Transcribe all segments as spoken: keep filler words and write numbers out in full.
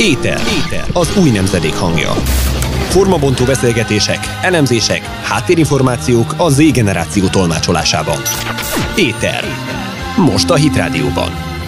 Éter, Éter, az új nemzedék hangja. Formabontó beszélgetések, elemzések, háttérinformációk a Z-generáció tolmácsolásában. Éter, most a Hit Rádióban.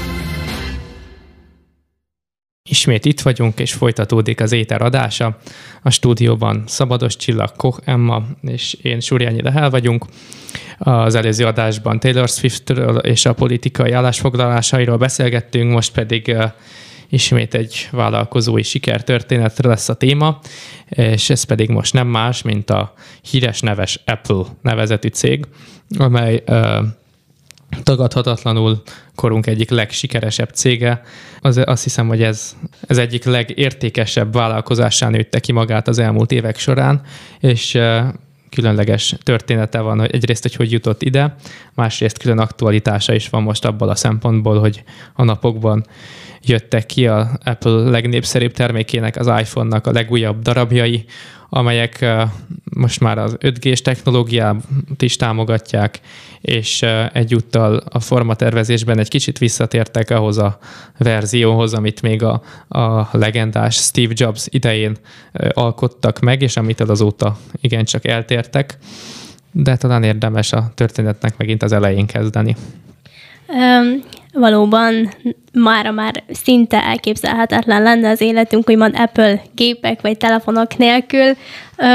Ismét itt vagyunk, és folytatódik az Éter adása. A stúdióban Szabados Csilla, Koch Emma és én, Surjányi Lehel vagyunk. Az előző adásban Taylor Swiftről és a politikai állásfoglalásairól beszélgettünk, most pedig uh, ismét egy vállalkozói sikertörténetre lesz a téma, és ez pedig most nem más, mint a híres neves Apple nevezetű cég, amely uh, tagadhatatlanul korunk egyik legsikeresebb cége. Az, azt hiszem, hogy ez, ez egyik legértékesebb vállalkozásán nőtte ki magát az elmúlt évek során, és uh, különleges története van, hogy egyrészt, hogy hogy jutott ide, másrészt külön aktualitása is van most abból a szempontból, hogy a napokban jöttek ki az Apple legnépszerűbb termékének, az iPhone-nak a legújabb darabjai, amelyek uh, most már az öt G-s technológiát is támogatják, és uh, egyúttal a formatervezésben egy kicsit visszatértek ahhoz a verzióhoz, amit még a, a legendás Steve Jobs idején uh, alkottak meg, és amitől azóta igencsak eltértek, de talán érdemes a történetnek megint az elején kezdeni. Um, valóban mára már szinte elképzelhetetlen lenne az életünk, úgymond Apple gépek vagy telefonok nélkül. Uh,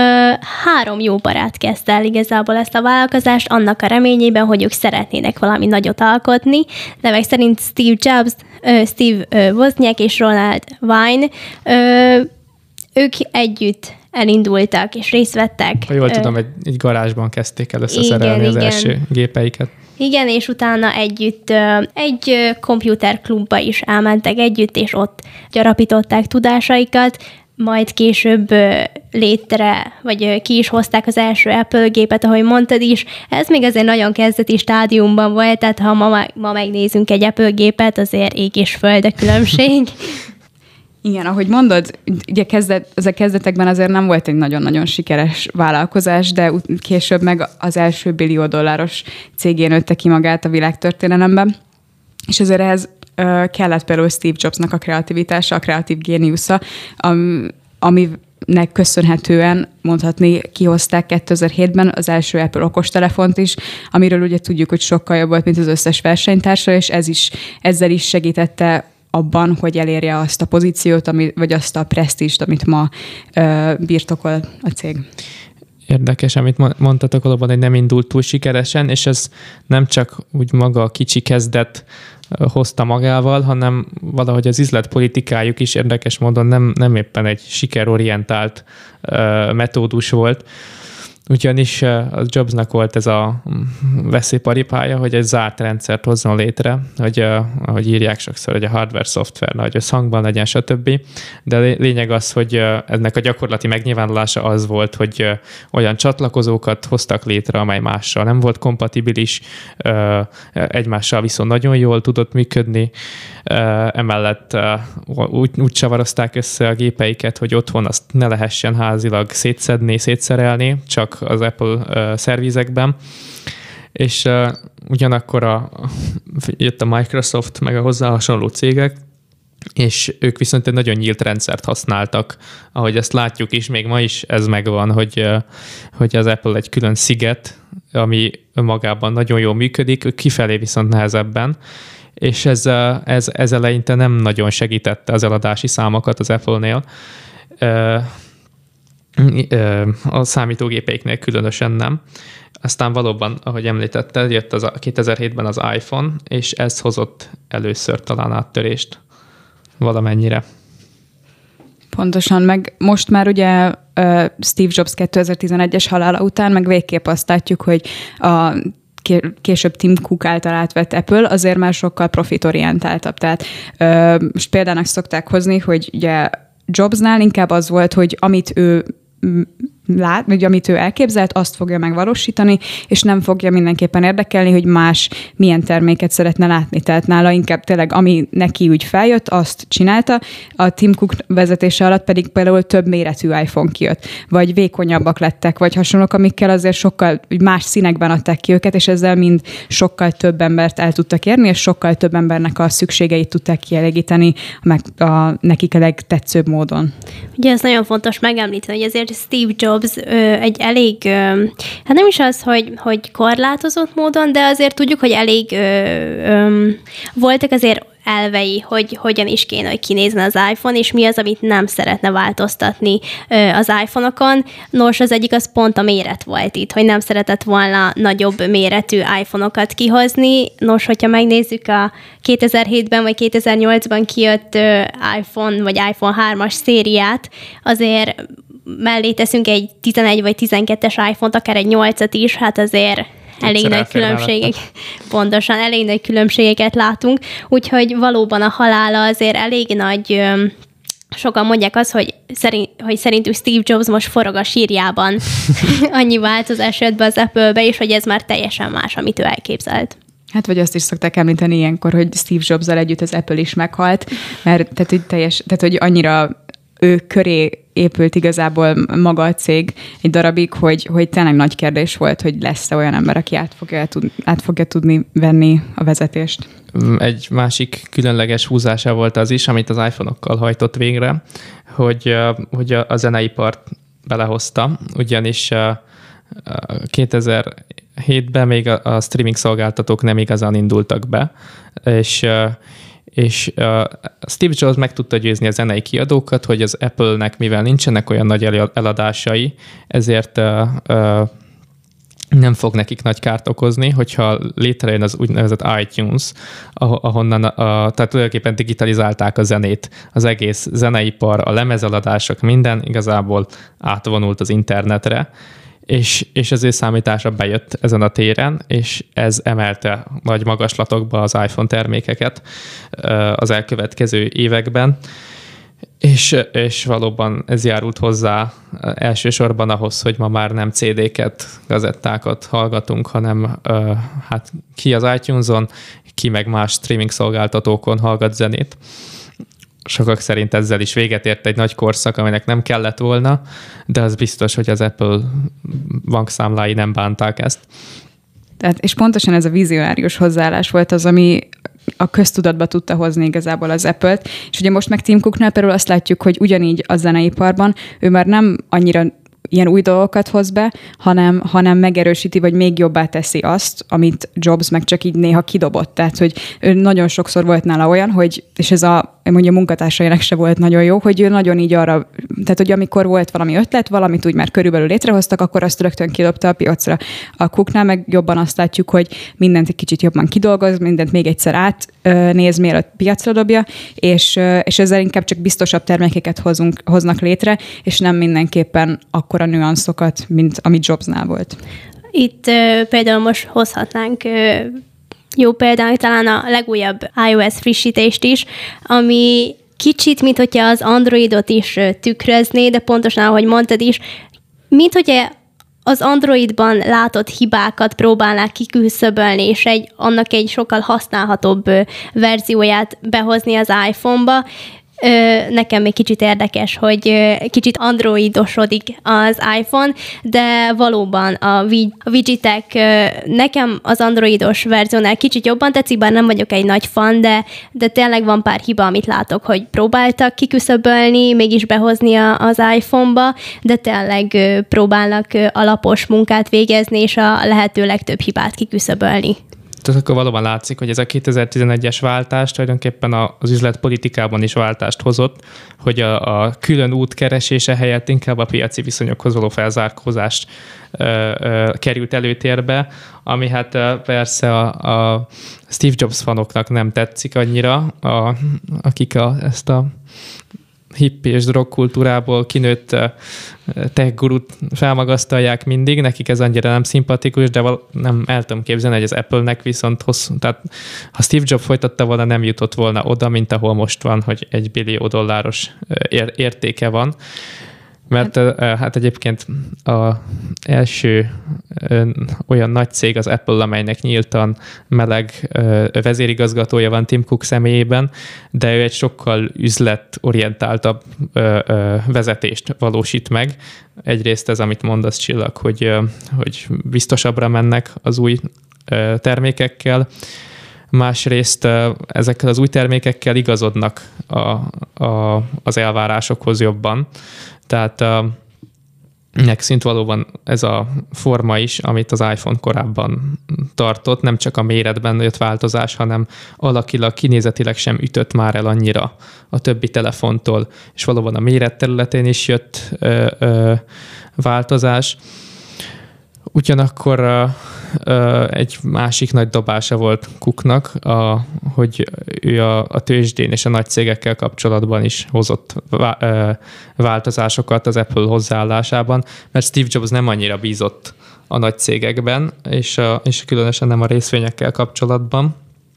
három jó barát kezdte el igazából ezt a vállalkozást, annak a reményében, hogy ők szeretnének valami nagyot alkotni. Nevek szerint Steve Jobs, uh, Steve uh, Wozniak és Ronald Wine, uh, ők együtt elindultak és részt vettek. Ha jól uh, tudom, egy, egy garázsban kezdték el összeszerelni az igen. első gépeiket. Igen, és utána együtt egy komputerklubba is elmentek együtt, és ott gyarapították tudásaikat, majd később létre, vagy ki is hozták az első Apple gépet, ahogy mondtad is. Ez még azért nagyon kezdeti stádiumban volt, tehát ha ma, ma megnézünk egy Apple gépet, azért ég és föld a különbség. Igen, ahogy mondod, ugye kezdet, az a kezdetekben azért nem volt egy nagyon-nagyon sikeres vállalkozás, de később meg az első billió dolláros cégén nőtte ki magát a világtörténelemben, és azért ehhez uh, kellett például Steve Jobsnak a kreativitása, a kreatív géniusza, am, aminek köszönhetően mondhatni kihozták kétezer-hétben az első Apple okostelefont is, amiről ugye tudjuk, hogy sokkal jobb volt, mint az összes versenytársa, és ez is, ezzel is segítette abban, hogy elérje azt a pozíciót, ami, vagy azt a presztízst, amit ma ö, birtokol a cég. Érdekes, amit mondtatok valóban, hogy nem indult túl sikeresen, és ez nem csak úgy maga a kicsi kezdet hozta magával, hanem valahogy az üzletpolitikájuk is érdekes módon nem, nem éppen egy sikerorientált ö, metódus volt. Ugyanis a Jobsnak volt ez a veszélyparipája, hogy egy zárt rendszert hozzon létre, hogy ahogy írják sokszor, hogy a hardware-szoftver nagy összhangban legyen, stb. De lényeg az, hogy ennek a gyakorlati megnyilvánulása az volt, hogy olyan csatlakozókat hoztak létre, amely mással nem volt kompatibilis, egymással viszont nagyon jól tudott működni. Emellett úgy, úgy csavarozták össze a gépeiket, hogy otthon azt ne lehessen házilag szétszedni, szétszerelni, csak az Apple uh, szervizekben, és uh, ugyanakkor a, jött a Microsoft, meg a hozzá hasonló cégek, és ők viszont egy nagyon nyílt rendszert használtak. Ahogy ezt látjuk is, még ma is ez megvan, hogy, uh, hogy az Apple egy külön sziget, ami önmagában nagyon jól működik, ők kifelé viszont nehezebben, és ez, uh, ez, ez eleinte nem nagyon segítette az eladási számokat az Apple-nél. Uh, A számítógépeiknél különösen nem. Aztán valóban, ahogy említetted, jött az a kétezer-hétben az iPhone, és ez hozott először talán áttörést valamennyire. Pontosan, meg most már ugye Steve Jobs kétezer-tizenegyes halála után meg végképp azt látjuk, hogy a később Tim Cook által átvett Apple azért már sokkal profitorientáltabb. Tehát most példának szokták hozni, hogy ugye Jobsnál inkább az volt, hogy amit ő lát, vagy amit ő elképzelt, azt fogja megvalósítani, és nem fogja mindenképpen érdekelni, hogy más milyen terméket szeretne látni. Tehát nála inkább tényleg, ami neki úgy feljött, azt csinálta. A Tim Cook vezetése alatt pedig például több méretű iPhone kijött, vagy vékonyabbak lettek, vagy hasonlók, amikkel azért sokkal más színekben adták ki őket, és ezzel mind sokkal több embert el tudtak érni, és sokkal több embernek a szükségeit tudták kielégíteni meg a, nekik a legtetszőbb módon. Ugye ez nagyon fontos megemlíteni, hogy azért Steve Jobs ö, egy elég, ö, hát nem is az, hogy, hogy korlátozott módon, de azért tudjuk, hogy elég ö, ö, voltak azért elvei, hogy hogyan is kéne, hogy kinézzen az iPhone, és mi az, amit nem szeretne változtatni az iPhone-okon. Nos, az egyik az pont a méret volt itt, hogy nem szeretett volna nagyobb méretű iPhone-okat kihozni. Nos, hogyha megnézzük a kétezer-hétben vagy kétezer-nyolcban kijött iPhone vagy iPhone hármas szériát, azért mellé teszünk egy tizenegy vagy tizenkettes iPhone-t, akár egy nyolcat is, hát azért elég nagy különbségek, pontosan, elég nagy különbségeket látunk, úgyhogy valóban a halála azért elég nagy, sokan mondják azt, hogy, szerint, hogy szerintük Steve Jobs most forog a sírjában. Annyi változás jött be az Apple-be, és hogy ez már teljesen más, amit ő elképzelt. Hát vagy azt is szokták említeni ilyenkor, hogy Steve Jobs-zal együtt az Apple is meghalt, mert tehát, hogy, teljes, tehát, hogy annyira ő köré épült igazából maga a cég egy darabig, hogy, hogy tényleg nagy kérdés volt, hogy lesz-e olyan ember, aki át fogja, át fogja tudni venni a vezetést. Egy másik különleges húzása volt az is, amit az iPhone-okkal hajtott végre, hogy, hogy a zeneipart belehozta, ugyanis kétezer-hétben még a streaming szolgáltatók nem igazán indultak be, és és uh, Steve Jobs meg tudta győzni a zenei kiadókat, hogy az Apple-nek, mivel nincsenek olyan nagy eladásai, ezért uh, uh, nem fog nekik nagy kárt okozni, hogyha létrejön az úgynevezett iTunes, ahonnan, a, tehát tulajdonképpen digitalizálták a zenét, az egész zeneipar, a lemezeladások, minden igazából átvonult az internetre, és, és az ő számítása bejött ezen a téren, és ez emelte nagy magaslatokba az iPhone termékeket az elkövetkező években, és, és valóban ez járult hozzá elsősorban ahhoz, hogy ma már nem cé dé-ket, gazettákat hallgatunk, hanem hát ki az iTunes-on, ki meg más streaming szolgáltatókon hallgat zenét. Sokak szerint ezzel is véget ért egy nagy korszak, aminek nem kellett volna, de az biztos, hogy az Apple bankszámlái nem bánták ezt. Tehát, és pontosan ez a vizionárius hozzáállás volt az, ami a köztudatba tudta hozni igazából az Apple-t. És ugye most meg Tim Cooknál például azt látjuk, hogy ugyanígy a zeneiparban ő már nem annyira ilyen új dolgokat hoz be, hanem, hanem megerősíti, vagy még jobbá teszi azt, amit Jobs meg csak így néha kidobott. Tehát, hogy ő nagyon sokszor volt nála olyan, hogy, és ez a mondja, munkatársainak se volt nagyon jó, hogy ő nagyon így arra, tehát, hogy amikor volt valami ötlet, valamit úgy már körülbelül létrehoztak, akkor azt rögtön kidobta a piacra. A Cooknál meg jobban azt látjuk, hogy mindent egy kicsit jobban kidolgoz, mindent még egyszer átnéz, mielőtt piacra dobja, és, és ezzel inkább csak biztosabb termékeket hozunk, hoznak létre, és nem mindenképpen akkora nüanszokat, mint amit Jobsnál volt. Itt uh, például most hozhatnánk uh, jó például talán a legújabb iOS frissítést is, ami kicsit, mint hogyha az Androidot is uh, tükrözné, de pontosan, ahogy mondtad is, mint hogyha az Androidban látott hibákat próbálnák kiküszöbölni, és egy, annak egy sokkal használhatóbb uh, verzióját behozni az iPhone-ba. Nekem még kicsit érdekes, hogy kicsit androidosodik az iPhone, de valóban a widgetek nekem az androidos verziónál kicsit jobban tetszik, bár nem vagyok egy nagy fan, de, de tényleg van pár hiba, amit látok, hogy próbáltak kiküszöbölni, mégis behozni az iPhone-ba, de tényleg próbálnak alapos munkát végezni, és a lehető legtöbb hibát kiküszöbölni. Tehát akkor valóban látszik, hogy ez a kétezer-tizenegyes váltás tulajdonképpen az üzletpolitikában is váltást hozott, hogy a, a külön út keresése helyett inkább a piaci viszonyokhoz való felzárkózást ö, ö, került előtérbe, ami hát ö, persze a, a Steve Jobs fanoknak nem tetszik annyira, a, akik a, ezt a hippi és drogkultúrából kinőtt tech gurut felmagasztalják mindig, nekik ez annyira nem szimpatikus, de val- nem el tudom képzelni, hogy az Apple-nek viszont hosszú, tehát ha Steve Jobs folytatta volna, nem jutott volna oda, mint ahol most van, hogy egy billió dolláros ér- értéke van. Mert hát, hát egyébként az első olyan nagy cég az Apple, amelynek nyíltan meleg vezérigazgatója van Tim Cook személyében, de ő egy sokkal üzletorientáltabb vezetést valósít meg. Egyrészt ez, amit mondasz, Csillag, hogy, hogy biztosabbra mennek az új termékekkel, másrészt ezekkel az új termékekkel igazodnak a, a, az elvárásokhoz jobban. Tehát nek szint valóban ez a forma is, amit az iPhone korábban tartott, nem csak a méretben jött változás, hanem alakilag, kinézetileg sem ütött már el annyira a többi telefontól, és valóban a méret területén is jött ö, ö, változás. Ugyanakkor uh, uh, egy másik nagy dobása volt Cooknak, a, hogy ő a, a tőzsdén és a nagy cégekkel kapcsolatban is hozott vá, uh, változásokat az Apple hozzáállásában, mert Steve Jobs nem annyira bízott a nagy cégekben, és, uh, és különösen nem a részvényekkel kapcsolatban.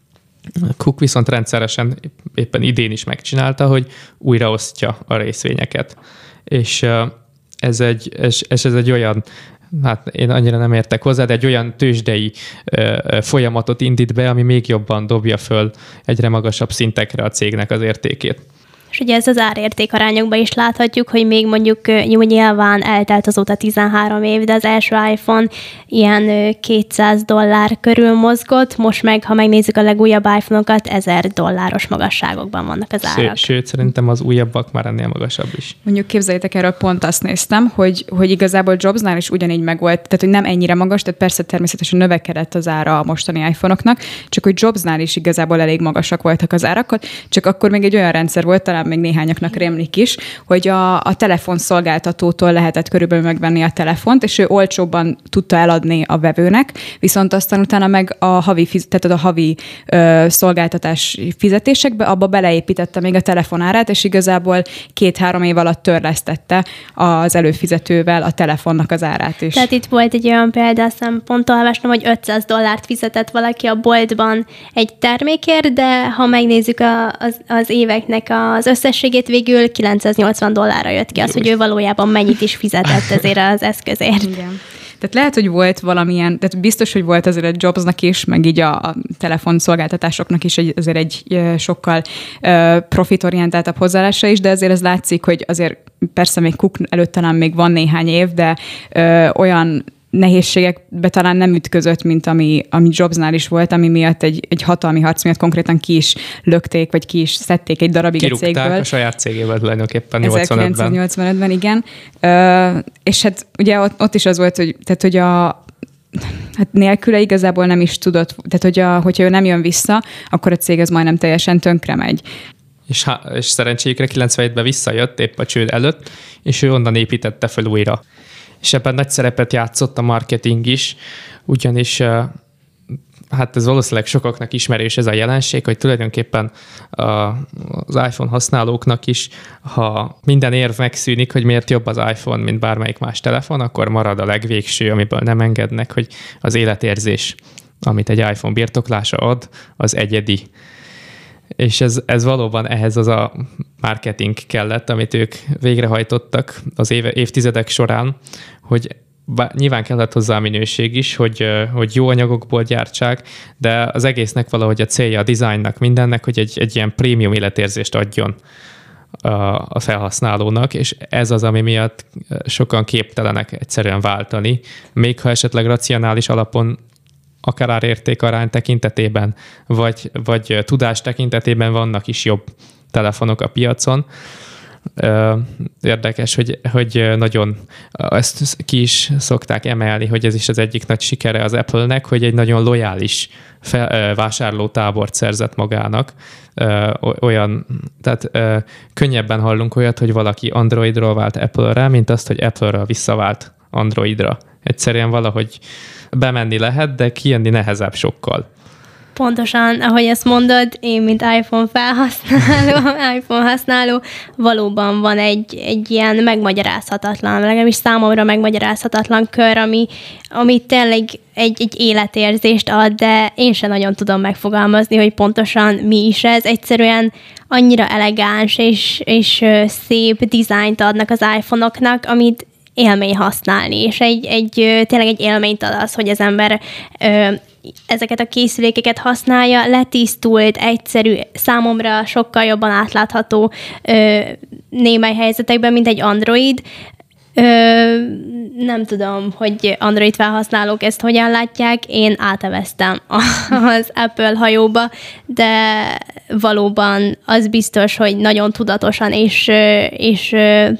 Cook viszont rendszeresen éppen idén is megcsinálta, hogy újraosztja a részvényeket. És uh, ez, egy, és, és ez egy olyan, hát én annyira nem értek hozzá, de egy olyan tőzsdei ö, folyamatot indít be, ami még jobban dobja föl egyre magasabb szintekre a cégnek az értékét. És ugye ez az árérték arányokban is láthatjuk, hogy még mondjuk jó, nyilván eltelt azóta tizenhárom év, de az első iPhone ilyen kétszáz dollár körül mozgott, most meg, ha megnézzük a legújabb iPhone-okat, ezer dolláros magasságokban vannak az árak. Sőt, szerintem az újabbak már ennél magasabb is. Mondjuk képzeljétek, erről pont azt néztem, hogy, hogy igazából Jobsnál is ugyanígy megvolt, tehát hogy nem ennyire magas, tehát persze természetesen növekedett az ára a mostani iPhone-oknak, csak hogy Jobsnál is igazából elég magasak voltak az árakat, csak akkor még egy olyan rendszer volt, talán még néhányaknak rémlik is, hogy a, a telefonszolgáltatótól lehetett körülbelül megvenni a telefont, és ő olcsóbban tudta eladni a vevőnek, viszont aztán utána meg a havi, tehát a havi ö, szolgáltatás fizetésekbe abba beleépítette még a telefonárát, és igazából két-három év alatt törlesztette az előfizetővel a telefonnak az árát is. Tehát itt volt egy olyan példa, azt hiszem pont olvastam, hogy ötszáz dollárt fizetett valaki a boltban egy termékért, de ha megnézzük a, az, az éveknek az összességét, végül kilencszáznyolcvan dollárra jött ki az, hogy ő valójában mennyit is fizetett ezért az eszközért. Igen. Tehát lehet, hogy volt valamilyen, tehát biztos, hogy volt azért a Jobsnak is, meg így a, a telefonszolgáltatásoknak is egy, azért egy sokkal uh, profitorientáltabb hozzáállása is, de azért az látszik, hogy azért persze még Cook előtt talán még van néhány év, de uh, olyan nehézségekbe talán nem ütközött, mint ami, ami Jobsnál is volt, ami miatt egy, egy hatalmi harc miatt konkrétan ki is lökték, vagy ki is szedték egy darabig a cégből. Kirúgták a saját cégéből tulajdonképpen nyolcvanötben. ezerkilencszáznyolcvanötben, igen. Ö, és hát ugye ott, ott is az volt, hogy, tehát, hogy a hát nélküle igazából nem is tudott, tehát hogy a, hogyha ő nem jön vissza, akkor a cég az majdnem teljesen tönkre megy. És, és szerencséjükre kilencvenhétben visszajött épp a csőd előtt, és ő onnan építette fel újra. És ebben nagy szerepet játszott a marketing is, ugyanis hát ez valószínűleg sokaknak ismerős ez a jelenség, hogy tulajdonképpen az iPhone használóknak is, ha minden érv megszűnik, hogy miért jobb az iPhone, mint bármelyik más telefon, akkor marad a legvégső, amiből nem engednek, hogy az életérzés, amit egy iPhone birtoklása ad, az egyedi. És ez, ez valóban ehhez az a marketing kellett, amit ők végrehajtottak az éve, évtizedek során, hogy bár, nyilván kellett hozzá a minőség is, hogy, hogy jó anyagokból gyártsák, de az egésznek valahogy a célja a dizájnnak, mindennek, hogy egy, egy ilyen prémium életérzést adjon a, a felhasználónak, és ez az, ami miatt sokan képtelenek egyszerűen váltani, még ha esetleg racionális alapon akár árértékarány tekintetében, vagy, vagy tudás tekintetében vannak is jobb telefonok a piacon. Érdekes, hogy, hogy nagyon ezt ki is szokták emelni, hogy ez is az egyik nagy sikere az Apple-nek, hogy egy nagyon lojális fel, vásárlótábort szerzett magának. Olyan, tehát könnyebben hallunk olyat, hogy valaki Androidról vált Apple-re, mint azt, hogy Apple-ről visszavált Androidra. Egyszerűen valahogy bemenni lehet, de kijönni nehezebb sokkal. Pontosan, ahogy ezt mondod, én, mint iPhone felhasználó, iPhone használó, valóban van egy, egy ilyen megmagyarázhatatlan, legalábbis számomra megmagyarázhatatlan kör, ami, ami tényleg egy, egy életérzést ad, de én sem nagyon tudom megfogalmazni, hogy pontosan mi is ez. Egyszerűen annyira elegáns és, és szép dizájnt adnak az iPhone-oknak, amit élmény használni, és egy, egy, tényleg egy élményt ad az, hogy az ember ö, ezeket a készülékeket használja, letisztult, egyszerű, számomra sokkal jobban átlátható ö, némely helyzetekben, mint egy Android. Ö, nem tudom, hogy Android felhasználók ezt hogyan látják, én áteveztem az Apple hajóba, de valóban az biztos, hogy nagyon tudatosan és, és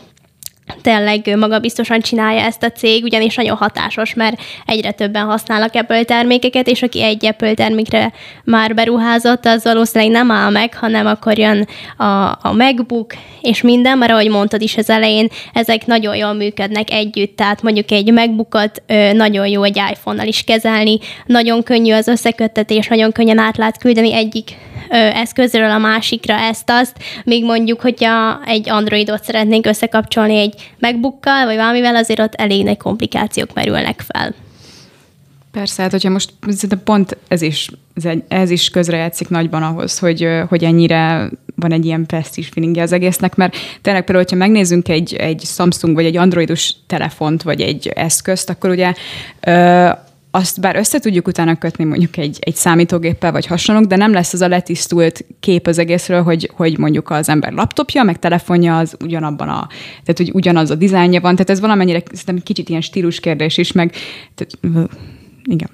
tényleg magabiztosan csinálja ezt a cég, ugyanis nagyon hatásos, mert egyre többen használnak Apple termékeket, és aki egy Apple termékre már beruházott, az valószínűleg nem áll meg, hanem akkor jön a, a MacBook, és minden, mert ahogy mondtad is az elején, ezek nagyon jól működnek együtt, tehát mondjuk egy MacBookot ö, nagyon jó egy iPhone-nal is kezelni, nagyon könnyű az összeköttetés, nagyon könnyen át lehet küldeni egyik ö, eszközről a másikra ezt-azt, még mondjuk, hogyha egy Androidot szeretnénk összekapcsolni egy MacBookkal, vagy valamivel, azért ott elég nagy komplikációk merülnek fel. Persze, hát hogyha most pont ez is, ez is közrejátszik nagyban ahhoz, hogy, hogy ennyire van egy ilyen presztízs feelingje az egésznek, mert tényleg például, hogyha megnézzünk egy, egy Samsung, vagy egy androidos telefont, vagy egy eszközt, akkor ugye ö, azt bár össze tudjuk utána kötni mondjuk egy, egy számítógéppel, vagy hasonlók, de nem lesz az a letisztult kép az egészről, hogy, hogy mondjuk az ember laptopja, meg telefonja az ugyanabban a, tehát hogy ugyanaz a dizájnja van, tehát ez valamennyire szerintem kicsit ilyen stíluskérdés is, meg tehát, igen.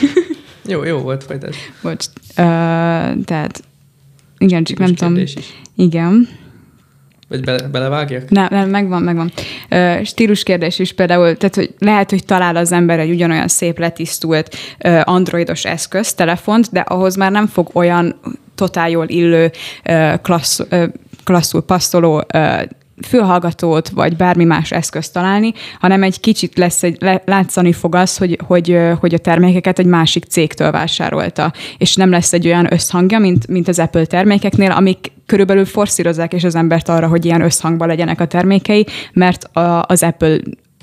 Jó, jó volt, folytasd. Bocs. Uh, tehát, igen, csak nem tudom. Is. Igen. Vagy be, belevágjak? Nem, nem, megvan, megvan. Uh, stíluskérdés is például, tehát hogy lehet, hogy talál az ember egy ugyanolyan szép letisztult uh, androidos eszköz, telefont, de ahhoz már nem fog olyan totál jól illő, uh, klassz, uh, klasszul passzoló uh, fülhallgatót, vagy bármi más eszközt találni, hanem egy kicsit lesz egy, látszani fog az, hogy, hogy, hogy a termékeket egy másik cégtől vásárolta, és nem lesz egy olyan összhangja, mint, mint az Apple termékeknél, amik körülbelül forszírozzák és az embert arra, hogy ilyen összhangban legyenek a termékei, mert a, az Apple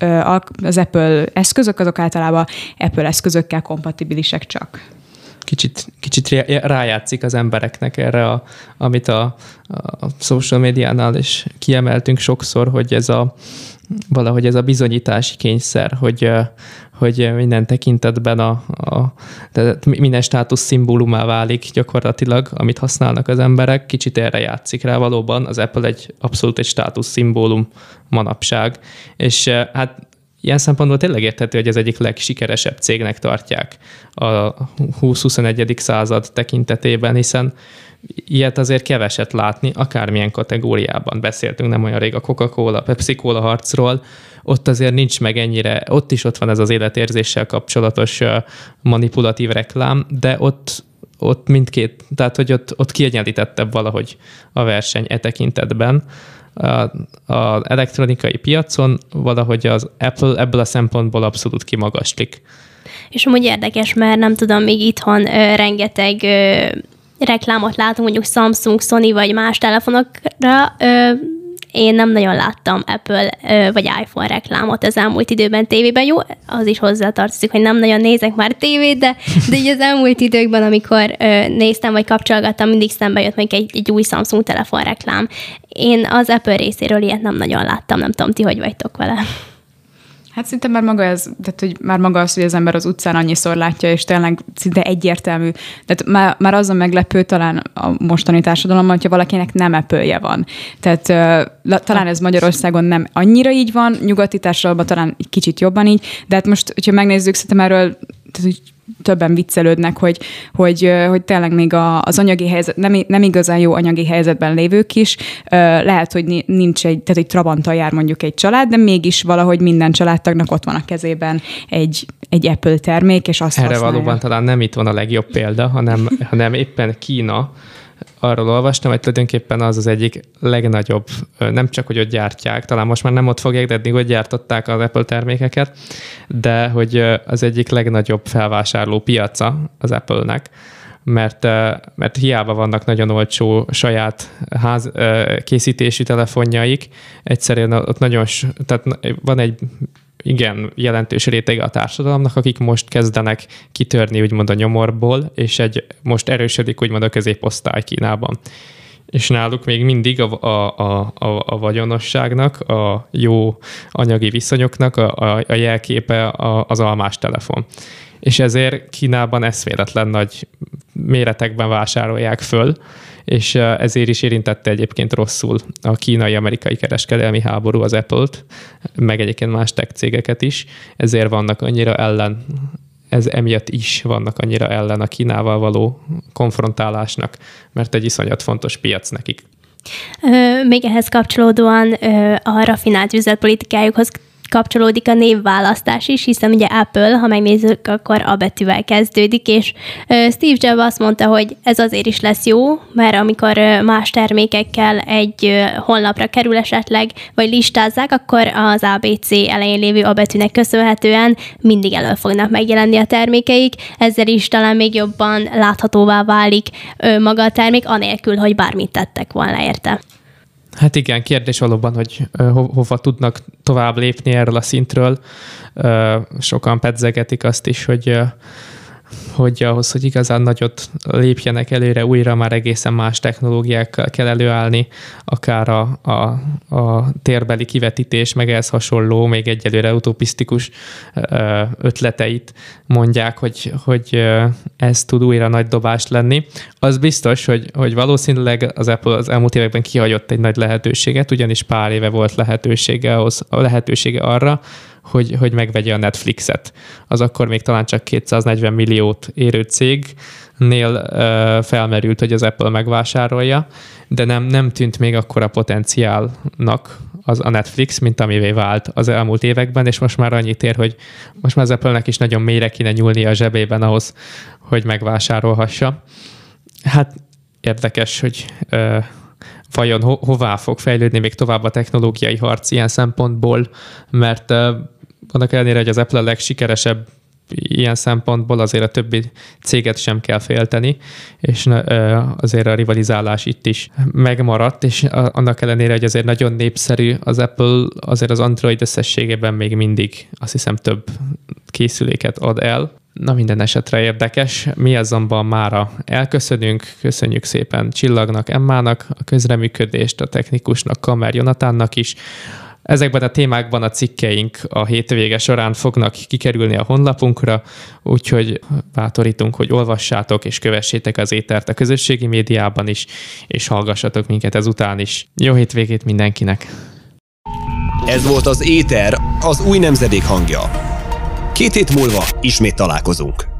az Apple eszközök, azok általában Apple eszközökkel kompatibilisek csak. Kicsit, kicsit rájátszik az embereknek erre, a, amit a, a social médiánál is kiemeltünk sokszor, hogy ez a valahogy ez a bizonyítási kényszer, hogy, hogy minden tekintetben a, a tehát minden státusz szimbólumá válik gyakorlatilag, amit használnak az emberek. Kicsit erre játszik rá valóban. Az Apple egy abszolút egy státusz szimbólum manapság. És hát ilyen szempontból tényleg érthető, hogy ez egyik legsikeresebb cégnek tartják a húsz-huszonegyedik század tekintetében, hiszen ilyet azért keveset látni, akármilyen kategóriában. Beszéltünk nem olyan rég a Coca-Cola, Pepsi-Cola harcról, ott azért nincs meg ennyire, ott is ott van ez az életérzéssel kapcsolatos manipulatív reklám, de ott, ott mindkét, tehát hogy ott, ott kiegyenlítettebb valahogy a verseny e tekintetben. Az elektronikai piacon valahogy az Apple ebből a szempontból abszolút kimagaslik. És amúgy érdekes, mert nem tudom, még itthon ö, rengeteg ö, reklámot látunk, mondjuk Samsung, Sony vagy más telefonokra. Ö, én nem nagyon láttam Apple ö, vagy iPhone reklámot az elmúlt időben tévében. Jó, az is hozzátartozik, hogy nem nagyon nézek már tévét, de, de így az elmúlt időkben, amikor ö, néztem vagy kapcsolgattam, mindig szembe jött még egy, egy új Samsung telefon reklám. Én az Apple részéről ilyet nem nagyon láttam, nem tudom, ti hogy vagytok vele. Hát szinte már maga ez, tehát hogy már maga az, hogy az ember az utcán annyiszor látja, és tényleg szinte egyértelmű. Tehát már, már az a meglepő talán a mostani társadalomban, hogyha valakinek nem Apple-je van. Tehát uh, talán ez Magyarországon nem annyira így van, nyugati társadalomban talán egy kicsit jobban így, de hát most, hogyha megnézzük, szerintem erről tehát, többen viccelődnek, hogy, hogy, hogy tényleg még az anyagi helyzet, nem, nem igazán jó anyagi helyzetben lévők is, lehet, hogy nincs egy, tehát egy Trabanttal jár mondjuk egy család, de mégis valahogy minden családtagnak ott van a kezében egy, egy Apple termék, és azt Erre használja. Valóban talán nem itt van a legjobb példa, hanem, hanem éppen Kína. Arról olvastam, hogy tulajdonképpen az az egyik legnagyobb, nem csak, hogy ott gyártják, talán most már nem ott fogják, de eddig ott gyártották az Apple termékeket, de hogy az egyik legnagyobb felvásárló piaca az Apple-nek, mert, mert hiába vannak nagyon olcsó saját ház, készítésű telefonjaik, egyszerűen ott nagyon, tehát van egy igen jelentős rétege a társadalomnak, akik most kezdenek kitörni úgymond a nyomorból, és egy most erősödik úgymond a középosztály Kínában. És náluk még mindig a, a, a, a, a vagyonosságnak, a jó anyagi viszonyoknak a, a, a jelképe a, az almás telefon. És ezért Kínában eszméletlen nagy méretekben vásárolják föl, és ezért is érintette egyébként rosszul a kínai-amerikai kereskedelmi háború az Apple-t, meg egyébként más tech cégeket is, ezért vannak annyira ellen, ez emiatt is vannak annyira ellen a Kínával való konfrontálásnak, mert egy iszonyat fontos piac nekik. Még ehhez kapcsolódóan a rafinált üzletpolitikájukhoz kapcsolódik a névválasztás is, hiszen ugye Apple, ha megnézzük, akkor A betűvel kezdődik, és Steve Jobs azt mondta, hogy ez azért is lesz jó, mert amikor más termékekkel egy honlapra kerül esetleg, vagy listázzák, akkor az á bé cé elején lévő A betűnek köszönhetően mindig elő fognak megjelenni a termékeik, ezzel is talán még jobban láthatóvá válik maga a termék, anélkül, hogy bármit tettek volna érte. Hát igen, kérdés valóban, hogy ho- hova tudnak tovább lépni erről a szintről. Sokan pedzegetik azt is, hogy, hogy ahhoz, hogy igazán nagyot lépjenek előre, újra már egészen más technológiákkal kell előállni, akár a, a, a térbeli kivetítés, meg ehhez hasonló, még egyelőre utopisztikus ötleteit mondják, hogy, hogy ez tud újra nagy dobás lenni. Az biztos, hogy, hogy valószínűleg az Apple az elmúlt években kihagyott egy nagy lehetőséget, ugyanis pár éve volt lehetősége, ahhoz, a lehetősége arra, hogy, hogy megvegye a Netflixet. Az akkor még talán csak kétszáznegyven milliót érő cégnél uh, felmerült, hogy az Apple megvásárolja, de nem, nem tűnt még akkora potenciálnak az a Netflix, mint amivé vált az elmúlt években, és most már annyit ér, hogy most már az Apple-nek is nagyon mélyre kéne nyúlni a zsebében ahhoz, hogy megvásárolhassa. Hát érdekes, hogy uh, vajon ho- hová fog fejlődni még tovább a technológiai harc ilyen szempontból, mert uh, annak ellenére, hogy az Apple a legsikeresebb ilyen szempontból, azért a többi céget sem kell félteni, és uh, azért a rivalizálás itt is megmaradt, és a- annak ellenére, hogy azért nagyon népszerű az Apple, azért az Android összességében még mindig azt hiszem több készüléket ad el. Na, minden esetre érdekes. Mi azonban mára elköszönünk. Köszönjük szépen Csillagnak, Emmának a közreműködést, a technikusnak, Kamer Jonatánnak is. Ezekben a témákban a cikkeink a hétvége során fognak kikerülni a honlapunkra, úgyhogy bátorítunk, hogy olvassátok és kövessétek az Étert a közösségi médiában is, és hallgassatok minket ezután is. Jó hétvégét mindenkinek! Ez volt az Éter, az új nemzedék hangja. Két hét múlva ismét találkozunk.